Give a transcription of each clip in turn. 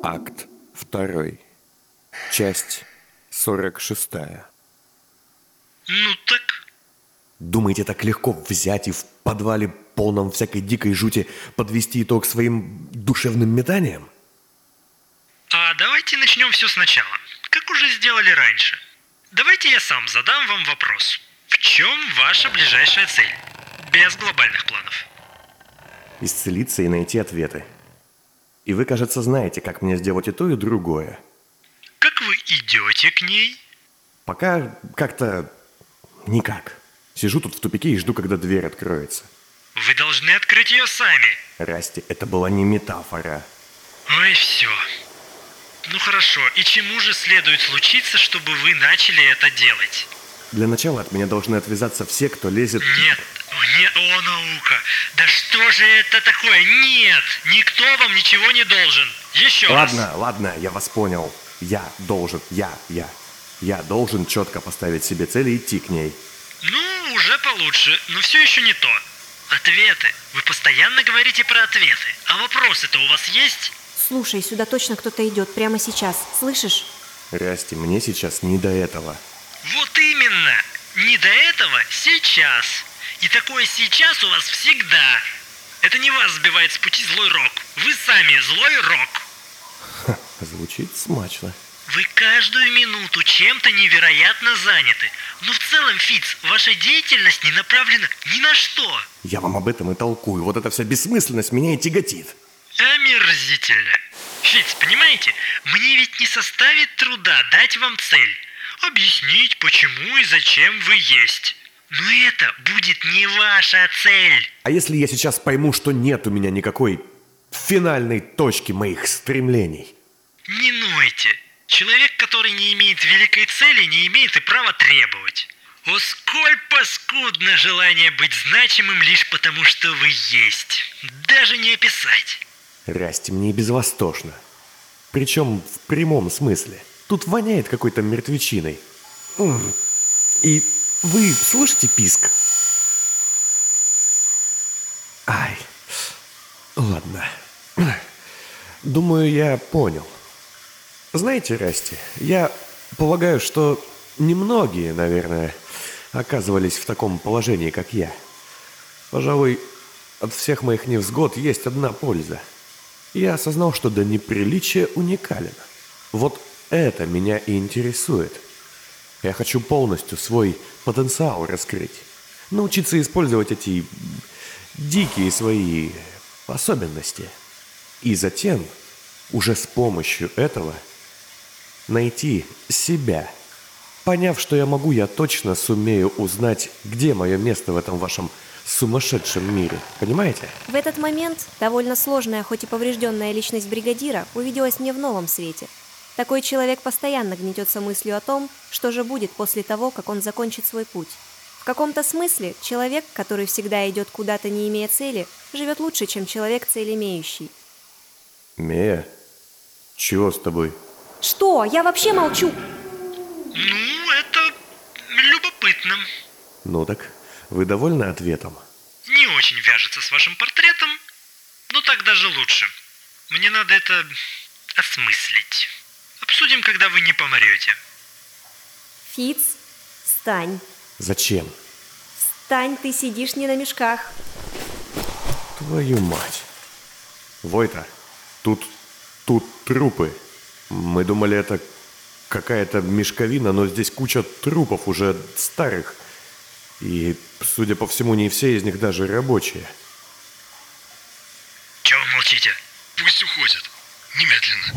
Акт 2. Часть 46. Ну так? Думаете, так легко взять и в подвале, полном всякой дикой жути, подвести итог своим душевным метаниям? А давайте начнем все сначала, как уже сделали раньше. Давайте я сам задам вам вопрос. В чем ваша ближайшая цель? Без глобальных планов. Исцелиться и найти ответы. И вы, кажется, знаете, как мне сделать и то, и другое. Как вы идете к ней? Пока как-то никак. Сижу тут в тупике и жду, когда дверь откроется. Вы должны открыть ее сами. Расти, это была не метафора. Ой, все. Ну хорошо, и чему же следует случиться, чтобы вы начали это делать? Для начала от меня должны отвязаться все, кто лезет... Нет, о, наука. Да что же это такое? Нет, никто вам ничего не должен. Еще раз. Ладно, я вас понял. Я должен четко поставить себе цель и идти к ней. Ну, уже получше, но все еще не то. Ответы. Вы постоянно говорите про ответы. А вопросы-то у вас есть? Слушай, сюда точно кто-то идет прямо сейчас. Слышишь? Расти, мне сейчас не до этого. Вот именно. Не до этого, сейчас. И такое сейчас у вас всегда. Это не вас сбивает с пути злой рок. Вы сами злой рок. Звучит смачно. Вы каждую минуту чем-то невероятно заняты. Но в целом, Фиц, ваша деятельность не направлена ни на что. Я вам об этом и толкую. Вот эта вся бессмысленность меня и тяготит. Омерзительно. Фиц, понимаете, мне ведь не составит труда дать вам цель. Объяснить, почему и зачем вы есть. Но это будет не ваша цель. А если я сейчас пойму, что нет у меня никакой финальной точки моих стремлений? Не нойте. Человек, который не имеет великой цели, не имеет и права требовать. О, сколь паскудно желание быть значимым лишь потому, что вы есть. Даже не описать. Расти, мне и без вас тошно. Причем в прямом смысле. Тут воняет какой-то мертвечиной. И вы слышите писк? Ай, ладно. Думаю, я понял. Знаете, Расти, я полагаю, что немногие, наверное, оказывались в таком положении, как я. Пожалуй, от всех моих невзгод есть одна польза. Я осознал, что до неприличия уникален. Вот это меня и интересует. Я хочу полностью свой потенциал раскрыть. Научиться использовать эти дикие свои особенности. И затем, уже с помощью этого, найти себя. Поняв, что я могу, я точно сумею узнать, где мое место в этом вашем сумасшедшем мире. Понимаете? В этот момент довольно сложная, хоть и поврежденная личность бригадира увиделась мне в новом свете. Такой человек постоянно гнетется мыслью о том, что же будет после того, как он закончит свой путь. В каком-то смысле человек, который всегда идет куда-то, не имея цели, живет лучше, чем человек целеимеющий. Мия, чего с тобой? Что? Я вообще молчу! Ну, это любопытно. Ну так, вы довольны ответом? Не очень вяжется с вашим портретом, но так даже лучше. Мне надо это осмыслить. Обсудим, когда вы не помрете. Фиц, встань. Зачем? Встань, ты сидишь не на мешках. Твою мать. Войта, тут трупы. Мы думали, это какая-то мешковина, но здесь куча трупов уже старых. И, судя по всему, не все из них даже рабочие. Чего вы молчите? Пусть уходят. Немедленно.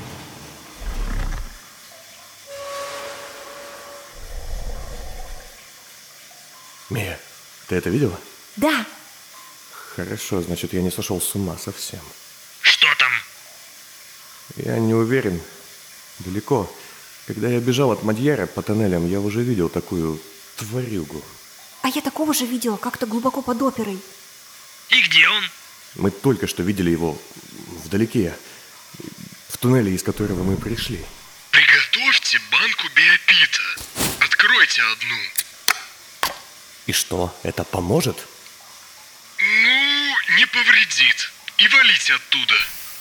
Мия, ты это видела? Да. Хорошо, значит, я не сошел с ума совсем. Что там? Я не уверен. Далеко. Когда я бежал от Мадьяра по тоннелям, я уже видел такую тварюгу. А я такого же видела, как-то глубоко под оперой. И где он? Мы только что видели его вдалеке, в туннеле, из которого мы пришли. Приготовьте банку биопита. Откройте одну. И что, это поможет? Ну, не повредит. И валите оттуда.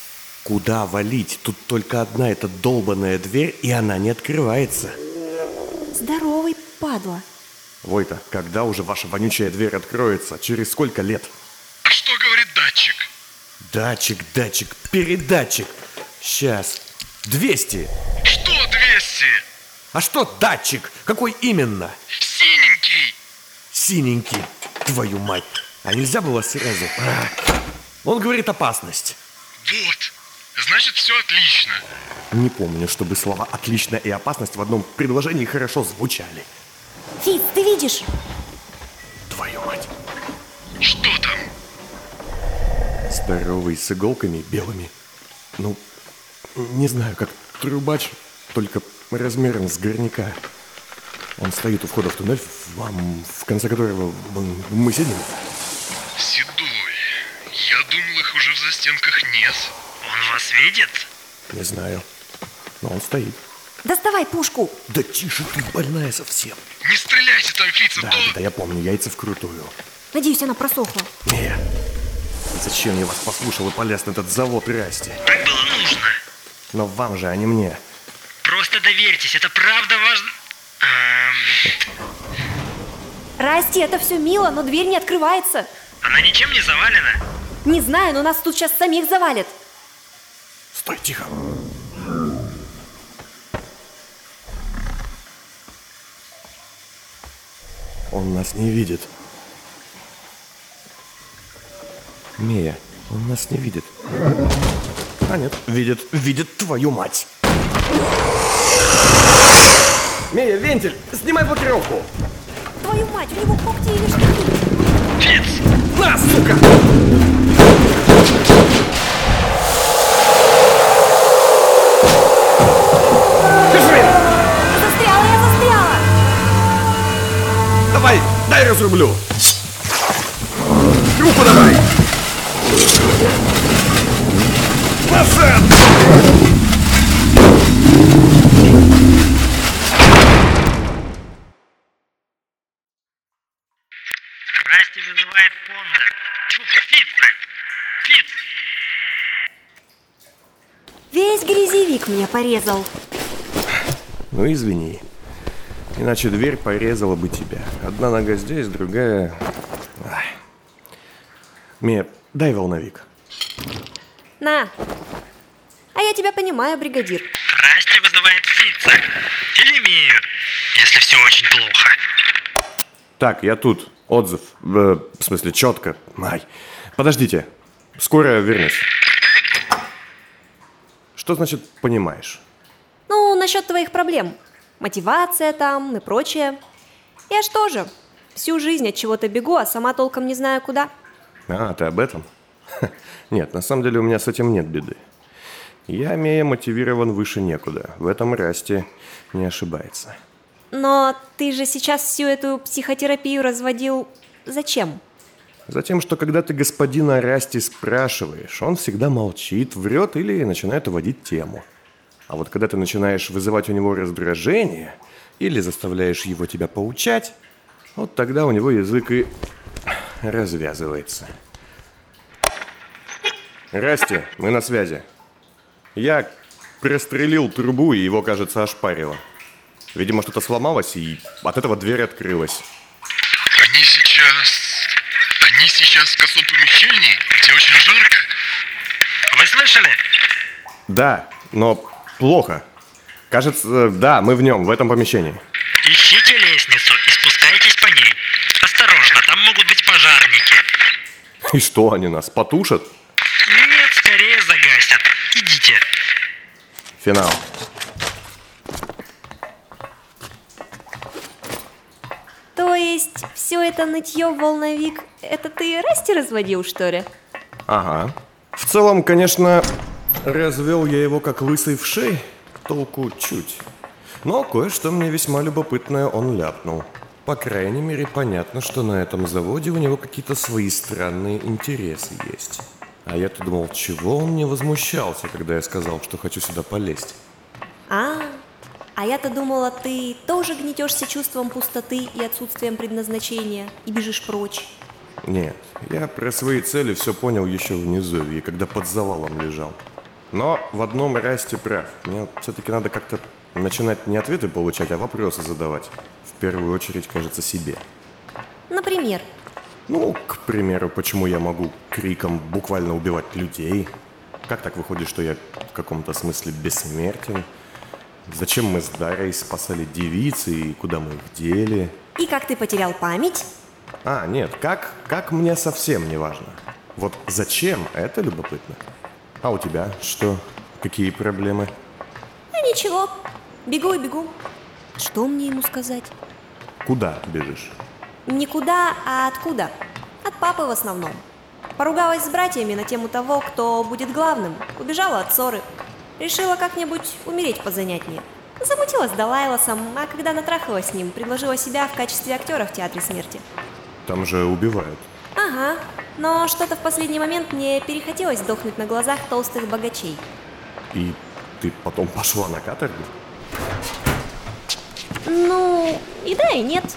Куда валить? Тут только одна эта долбаная дверь, и она не открывается. Здоровый, падла. Войта, когда уже ваша вонючая дверь откроется? Через сколько лет? А что говорит датчик? Датчик, передатчик. Сейчас. 200. Что 200? А что датчик? Какой именно? Синенький. Синенький. Твою мать. А нельзя было сразу? Он говорит опасность. Вот. Значит, все отлично. Не помню, чтобы слова «отлично» и «опасность» в одном предложении хорошо звучали. Фиц, ты видишь? Твою мать. Что там? Здоровый, с иголками белыми. Ну, не знаю, как трубач, только размером с горняка. Он стоит у входа в туннель, в конце которого мы сидим. Седой. Я думал, их уже в застенках нет. Он вас видит? Не знаю, но он стоит. Доставай пушку. Да тише ты, больная совсем. Не стреляйте там, Фица, Да, я помню, яйца вкрутую. Надеюсь, она просохла. Нет. Зачем я вас послушал и полез на этот завод Расти? Так было нужно. Но вам же, а не мне. Просто доверьтесь, это правда важно. Расти, это все мило, но дверь не открывается. Она ничем не завалена? Не знаю, но нас тут сейчас самих завалит. Стой, тихо. Он нас не видит. Мия, он нас не видит. А нет, видит твою мать. Мия, вентиль, снимай блокировку. Твою мать, у него когти или что? Фиц! На, сука! Держи! Я застряла! Давай, дай разрублю. Руку давай. Назад! Расти вызывает Понда. Фиц! Весь грязевик меня порезал. Ну извини. Иначе дверь порезала бы тебя. Одна нога здесь, другая... Ай. Мия, дай волновик. На. А я тебя понимаю, бригадир. Расти вызывает Фица. Или Мию, если все очень плохо. Так, я тут. Отзыв. В смысле, четко. Ай. Подождите. Скоро вернусь. Что значит «понимаешь»? Ну, насчет твоих проблем. Мотивация там и прочее. Я ж тоже. Всю жизнь от чего-то бегу, а сама толком не знаю куда. А, ты об этом? Нет, на самом деле у меня с этим нет беды. Я, Мия, мотивирован выше некуда. В этом Расти не ошибается. Но ты же сейчас всю эту психотерапию разводил... Зачем? Затем, что когда ты господина Расти спрашиваешь, он всегда молчит, врет или начинает уводить тему. А вот когда ты начинаешь вызывать у него раздражение или заставляешь его тебя поучать, вот тогда у него язык и развязывается. Расти, мы на связи. Я прострелил трубу, и его, кажется, ошпарило. Видимо, что-то сломалось, и от этого дверь открылась. Они сейчас в косом помещении, где очень жарко. Вы слышали? Да, но плохо. Кажется, да, мы в нем, в этом помещении. Ищите лестницу и спускайтесь по ней. Осторожно, там могут быть пожарники. И что, они нас потушат? Нет, скорее загасят. Идите. Финал. То есть, все это нытье, волновик, это ты Расти разводил, что ли? Ага. В целом, конечно, развел я его как лысый в шей, толку чуть. Но кое-что мне весьма любопытное он ляпнул. По крайней мере, понятно, что на этом заводе у него какие-то свои странные интересы есть. А я-то думал, чего он не возмущался, когда я сказал, что хочу сюда полезть. А я-то думала, ты тоже гнетешься чувством пустоты и отсутствием предназначения и бежишь прочь. Нет, я про свои цели все понял еще в низовье, когда под завалом лежал. Но в одном Расти прав. Мне все-таки надо как-то начинать не ответы получать, а вопросы задавать. В первую очередь, кажется, себе. Например, Ну, к примеру, почему я могу криком буквально убивать людей? Как так выходит, что я в каком-то смысле бессмертен? Зачем мы с Дарой спасали девиц и куда мы их дели? и как ты потерял память? А, нет, как мне совсем не важно. Вот зачем, это любопытно. А у тебя что? Какие проблемы? А ничего, бегу и бегу. Что мне ему сказать? Куда бежишь? Никуда, а откуда? От папы в основном. Поругалась с братьями на тему того, кто будет главным. Убежала от ссоры. Решила как-нибудь умереть позанятнее. Замутила с Далайлосом, а когда натрахалась с ним, предложила себя в качестве актера в Театре Смерти. Там же убивают. Ага, но что-то в последний момент мне перехотелось сдохнуть на глазах толстых богачей. И ты потом пошла на каторгу? Ну, и да, и нет.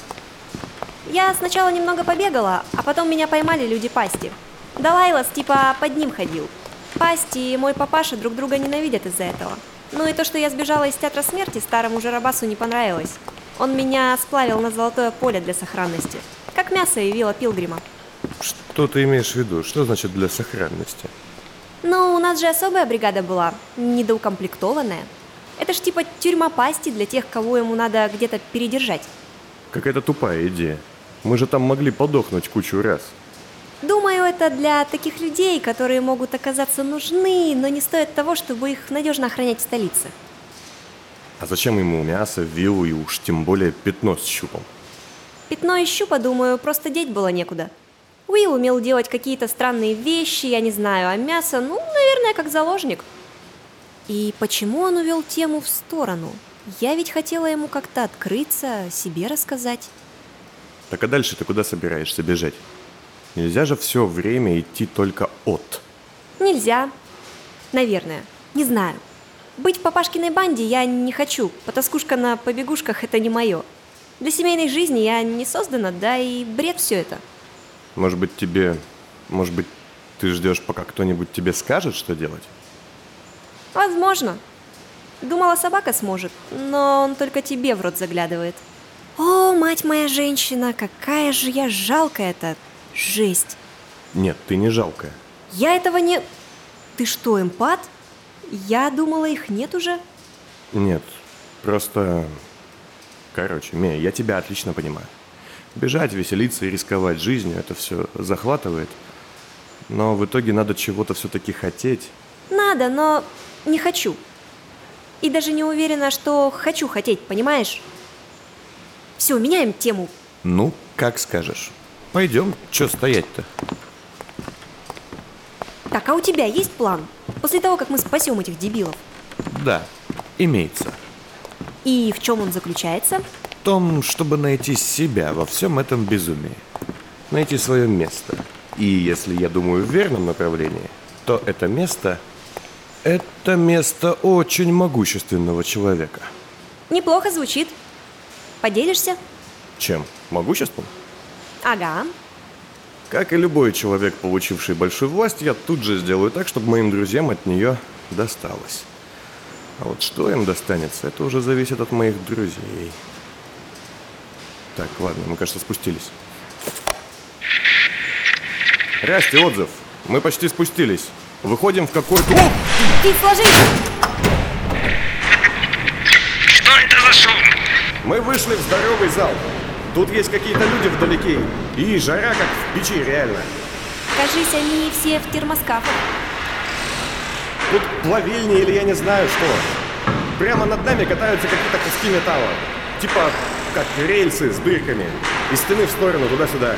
Я сначала немного побегала, а потом меня поймали люди Пасти. Далайлос типа под ним ходил. Пасти и мой папаша друг друга ненавидят из-за этого. Ну и то, что я сбежала из Театра Смерти, старому Жарабасу не понравилось. Он меня сплавил на золотое поле для сохранности. Как мясо и вилла Пилгрима. Что ты имеешь в виду? Что значит для сохранности? Ну, у нас же особая бригада была, недоукомплектованная. Это ж типа тюрьма Пасти для тех, кого ему надо где-то передержать. Какая-то тупая идея. Мы же там могли подохнуть кучу раз. Думаю, это для таких людей, которые могут оказаться нужны, но не стоят того, чтобы их надежно охранять в столице. А зачем ему мясо, виллу и уж тем более пятно с щупом? Пятно и щупа, думаю, просто деть было некуда. Уилл умел делать какие-то странные вещи, я не знаю, а мясо, ну, наверное, как заложник. И почему он увел тему в сторону? Я ведь хотела ему как-то открыться, о себе рассказать. Так а дальше ты куда собираешься бежать? Нельзя же все время идти только от. Нельзя. Наверное. Не знаю. Быть в папашкиной банде я не хочу. Потаскушка на побегушках – это не мое. Для семейной жизни я не создана, да и бред все это. Может быть, ты ждешь, пока кто-нибудь тебе скажет, что делать? Возможно. Думала, собака сможет, но он только тебе в рот заглядывает. О, мать моя женщина, какая же я жалкая-то. Жесть. Нет, ты не жалкая. Я этого не... Ты что, эмпат? Я думала, их нет уже. Нет, просто... Короче, Мия, я тебя отлично понимаю. Бежать, веселиться и рисковать жизнью – это все захватывает. Но в итоге надо чего-то все-таки хотеть. Надо, но не хочу. И даже не уверена, что хочу хотеть, понимаешь? Все, меняем тему. Ну, как скажешь. Пойдем, что стоять-то? Так, а у тебя есть план? После того, как мы спасем этих дебилов? Да, имеется. И в чем он заключается? В том, чтобы найти себя во всем этом безумии. Найти свое место. И если я думаю в верном направлении, то это место очень могущественного человека. Неплохо звучит. Поделишься? Чем? Могуществом? Ага. Как и любой человек, получивший большую власть, я тут же сделаю так, чтобы моим друзьям от нее досталось. А вот что им достанется, это уже зависит от моих друзей. Так, ладно, мы, кажется, спустились. Расти, отзыв. Мы почти спустились. Выходим в какой-то... О! Ты сложись! Что это за шум? Мы вышли в здоровый зал. Тут есть какие-то люди вдалеке. И жара как в печи, реально. Кажись, они все в термоскафах. Тут плавильни или я не знаю что. Прямо над нами катаются какие-то куски металла. Типа как рельсы с дырками. Из стены в сторону, туда-сюда.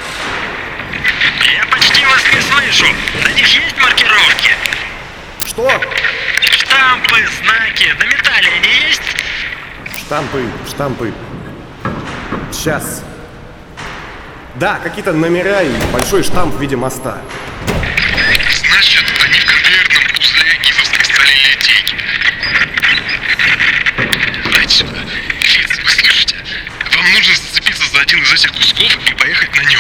Я почти вас не слышу. На них есть маркировки? Что? Штампы, знаки. На металле они есть? Штампы. Сейчас. Да, какие-то номера и большой штамп в виде моста. Значит, они в конвейерном узле гизовской сталелитейки. Дайте сюда. Фиц, вы слышите? Вам нужно зацепиться за один из этих кусков и поехать на нем.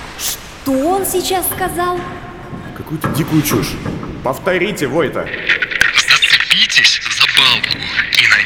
Что он сейчас сказал? Какую-то дикую чушь. Повторите, Войта.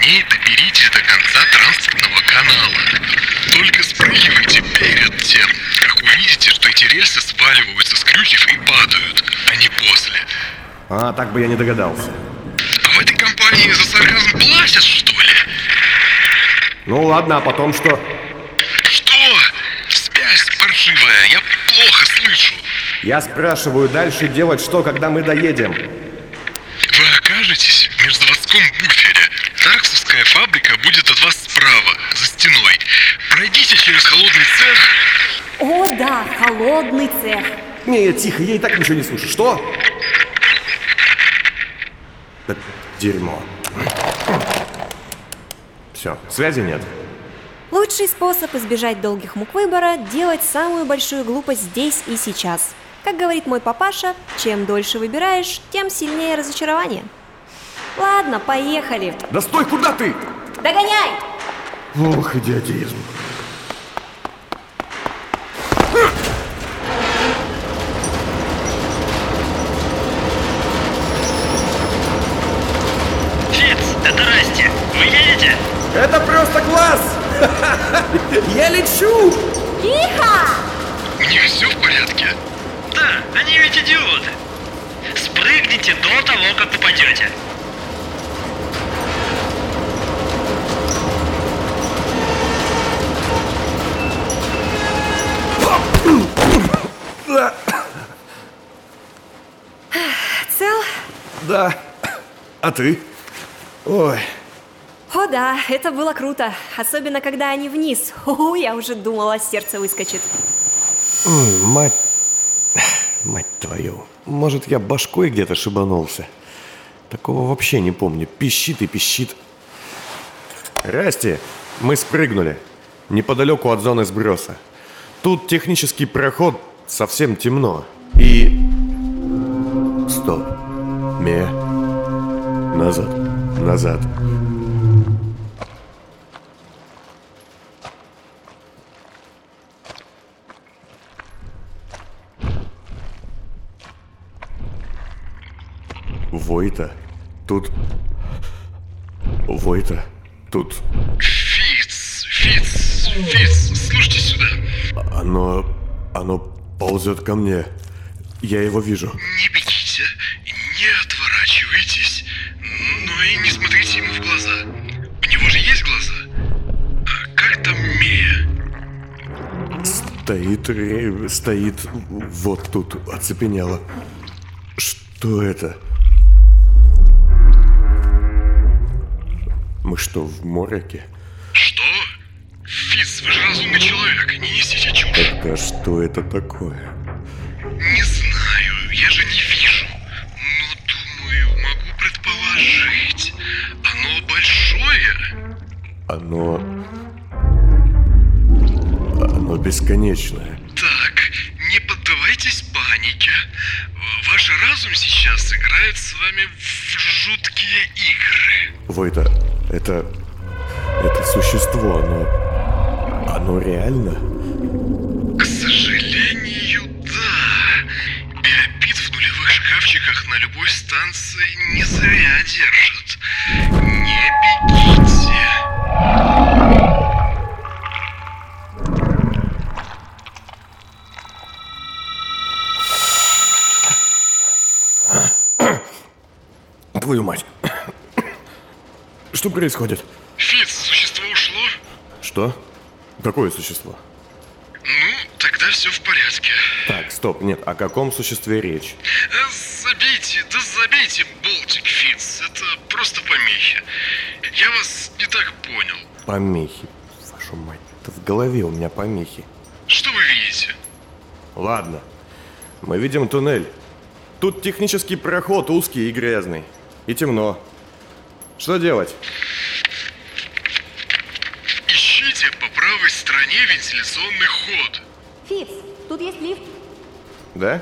поскорее доберитесь до конца транспортного канала. Только спрыгивайте перед тем, как увидите, что эти рельсы сваливаются с крюков и падают, а не после. А, так бы я не догадался. А в этой компании за сарказм платят, что ли? Ну ладно, а потом что? Что? Связь паршивая, я плохо слышу. Я спрашиваю, дальше делать что, когда мы доедем? Вы окажетесь в межзаводском буфере. Тарксовская фабрика будет от вас справа, за стеной. Пройдите через холодный цех. О, да, холодный цех. Не, тихо, я и так ничего не слышу. Что? Да, дерьмо. Все, связи нет. Лучший способ избежать долгих мук выбора – делать самую большую глупость здесь и сейчас. Как говорит мой папаша, чем дольше выбираешь, тем сильнее разочарование. Ладно, поехали. Да стой, куда ты? Догоняй! Ох, идиотизм. Фиц, это Расти. Вы едете? Это просто класс! Я лечу! Тихо! У них все в порядке? Да, они ведь идиоты. Спрыгните до того, как упадете. Цел? Да. А ты? Ой. О да, это было круто. Особенно, когда они вниз. Я уже думала, сердце выскочит. Мать твою. Может, я башкой где-то шибанулся? Такого вообще не помню. Пищит и пищит. Расти, мы спрыгнули. Неподалеку от зоны сброса. Тут технический проход, совсем темно. И... Стоп. Назад. Войта, тут... Фиц, слушайте сюда. Оно ползет ко мне. Я его вижу. Не бегите, не отворачивайтесь, но и не смотрите ему в глаза. У него же есть глаза? А как там Мия? Стоит вот тут, оцепенела. Что это? Мы что, в мороке? Что? Фиц, вы же разумный человек, не несите чушь. Это что это такое? Не знаю, я же не вижу. Но думаю, могу предположить. Оно большое? Оно бесконечное. Так, не поддавайтесь панике. Ваш разум сейчас играет с вами в жуткие игры. Войта, это существо, оно реально? К сожалению, да. Биопит в нулевых шкафчиках на любой станции не зря держат. Не бегите. Твою мать. Что происходит? Фиц, существо ушло? Что? Какое существо? Ну, тогда все в порядке. Так, стоп, нет, о каком существе речь? Забейте болтик, Фиц. Это просто помехи. Я вас не так понял. Помехи. Вашу мать, это в голове у меня помехи. Что вы видите? Ладно, мы видим туннель. Тут технический проход узкий и грязный. И темно. Что делать? Ищите по правой стороне вентиляционный ход. Фиц, тут есть лифт. Да?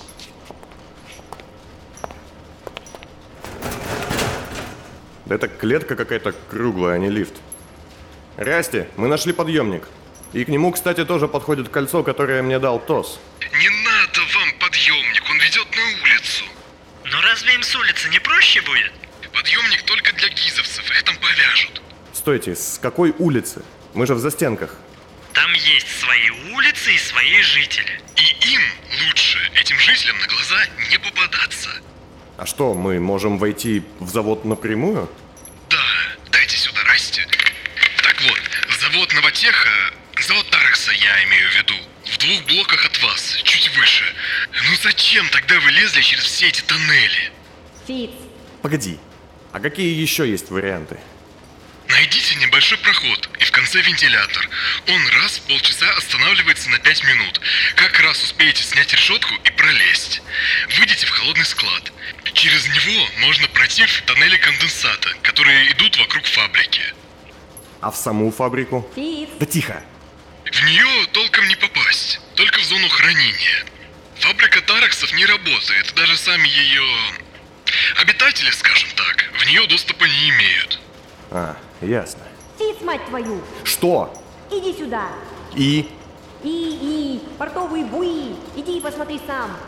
Да это клетка какая-то круглая, а не лифт. Расти, мы нашли подъемник. И к нему, кстати, тоже подходит кольцо, которое мне дал ТОС. Не надо вам подъемник, он ведет на улицу. Но разве им с улицы не проще будет? подъемник только для гизовцев, их там повяжут. Стойте, с какой улицы? Мы же в застенках. Там есть свои улицы и свои жители. И им лучше, этим жителям, на глаза не попадаться. А что, мы можем войти в завод напрямую? Да, дайте сюда, Расти. Так вот, завод Новотеха, завод Тарекса я имею в виду, в 2 блоках от вас, чуть выше. Ну зачем тогда вы лезли через все эти тоннели? Фиц, Погоди, а какие еще есть варианты? Найдите небольшой проход и в конце вентилятор. Он раз в полчаса останавливается на 5 минут. Как раз успеете снять решетку и пролезть. Выйдите в холодный склад. Через него можно пройти в тоннели конденсата, которые идут вокруг фабрики. А в саму фабрику? Фиц. Да тихо! В нее толком не попасть, только в зону хранения. Фабрика Тарексов не работает, даже сами ее обитатели, скажем так, в нее доступа не имеют. А, ясно. Фиц, мать твою! Что? Иди сюда! И? Портовые буи! Иди и посмотри сам!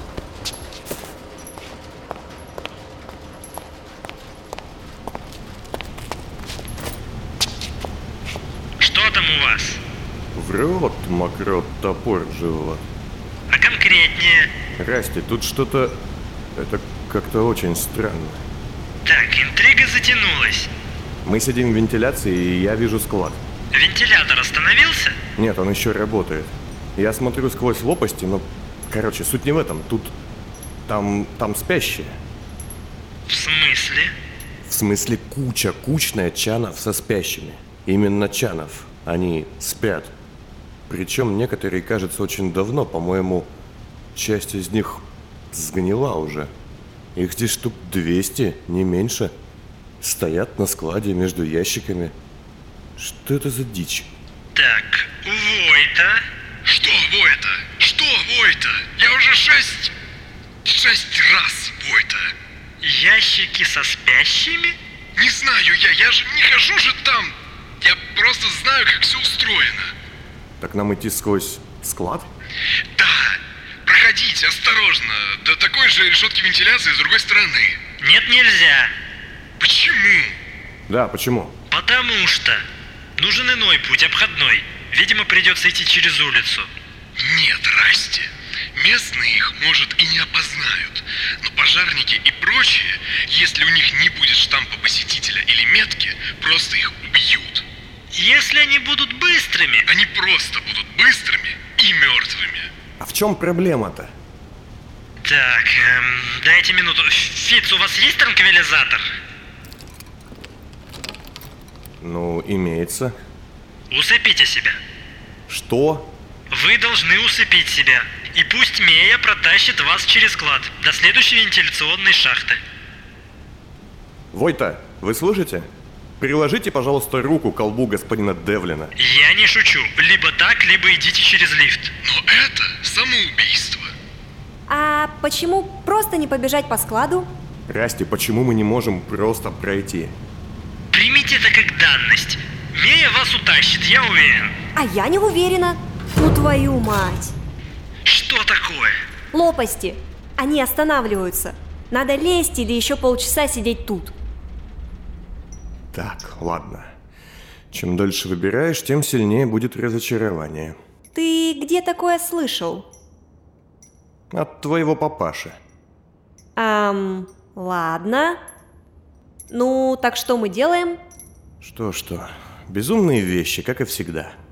Что там у вас? Врет мокрот топор живот. А конкретнее? Расти, тут что-то... Это как-то очень странно. Так, интрига затянулась. Мы сидим в вентиляции, и я вижу склад. Вентилятор остановился? Нет, он еще работает. Я смотрю сквозь лопасти, но... Короче, суть не в этом. Тут... Там спящие. В смысле? В смысле кучная чанов со спящими. Именно чанов. Они спят. Причем некоторые, кажется, очень давно. По-моему, часть из них сгнила уже. Их здесь штук 200, не меньше. Стоят на складе между ящиками. Что это за дичь? Так, Войта. Что, Войта? Что, Войта? Я уже 6 раз, Войта. Ящики со спящими? Не знаю я же не хожу же там. Я просто знаю, как все устроено. Так нам идти сквозь склад? Да, проходите, осторожно. До такой же решетки вентиляции с другой стороны. Нет, нельзя. Почему? Да, почему? Потому что нужен иной путь, обходной. Видимо, придется идти через улицу. Нет, Расти. Местные их, может, и не опознают. Но пожарники и прочие, если у них не будет штампа посетителя или метки, просто их убьют. Если они будут быстрыми. Они просто будут быстрыми и мертвыми. А в чем проблема-то? Так, дайте минуту. Фиц, у вас есть транквилизатор? Ну, имеется. Усыпите себя. Что? Вы должны усыпить себя. И пусть Мея протащит вас через склад до следующей вентиляционной шахты. Войта, вы слышите? Приложите, пожалуйста, руку к колбу господина Девлина. Я не шучу. Либо так, либо идите через лифт. Но это самоубийство. А почему просто не побежать по складу? Расти, почему мы не можем просто пройти? Примите это как данность. Мея вас утащит, я уверен. А я не уверена. Ну твою мать. Что такое? Лопасти. Они останавливаются. Надо лезть или еще полчаса сидеть тут. Так, ладно. Чем дольше выбираешь, тем сильнее будет разочарование. Ты где такое слышал? От твоего папаши. Ладно. Ну, так что мы делаем? Что-что, безумные вещи, как и всегда.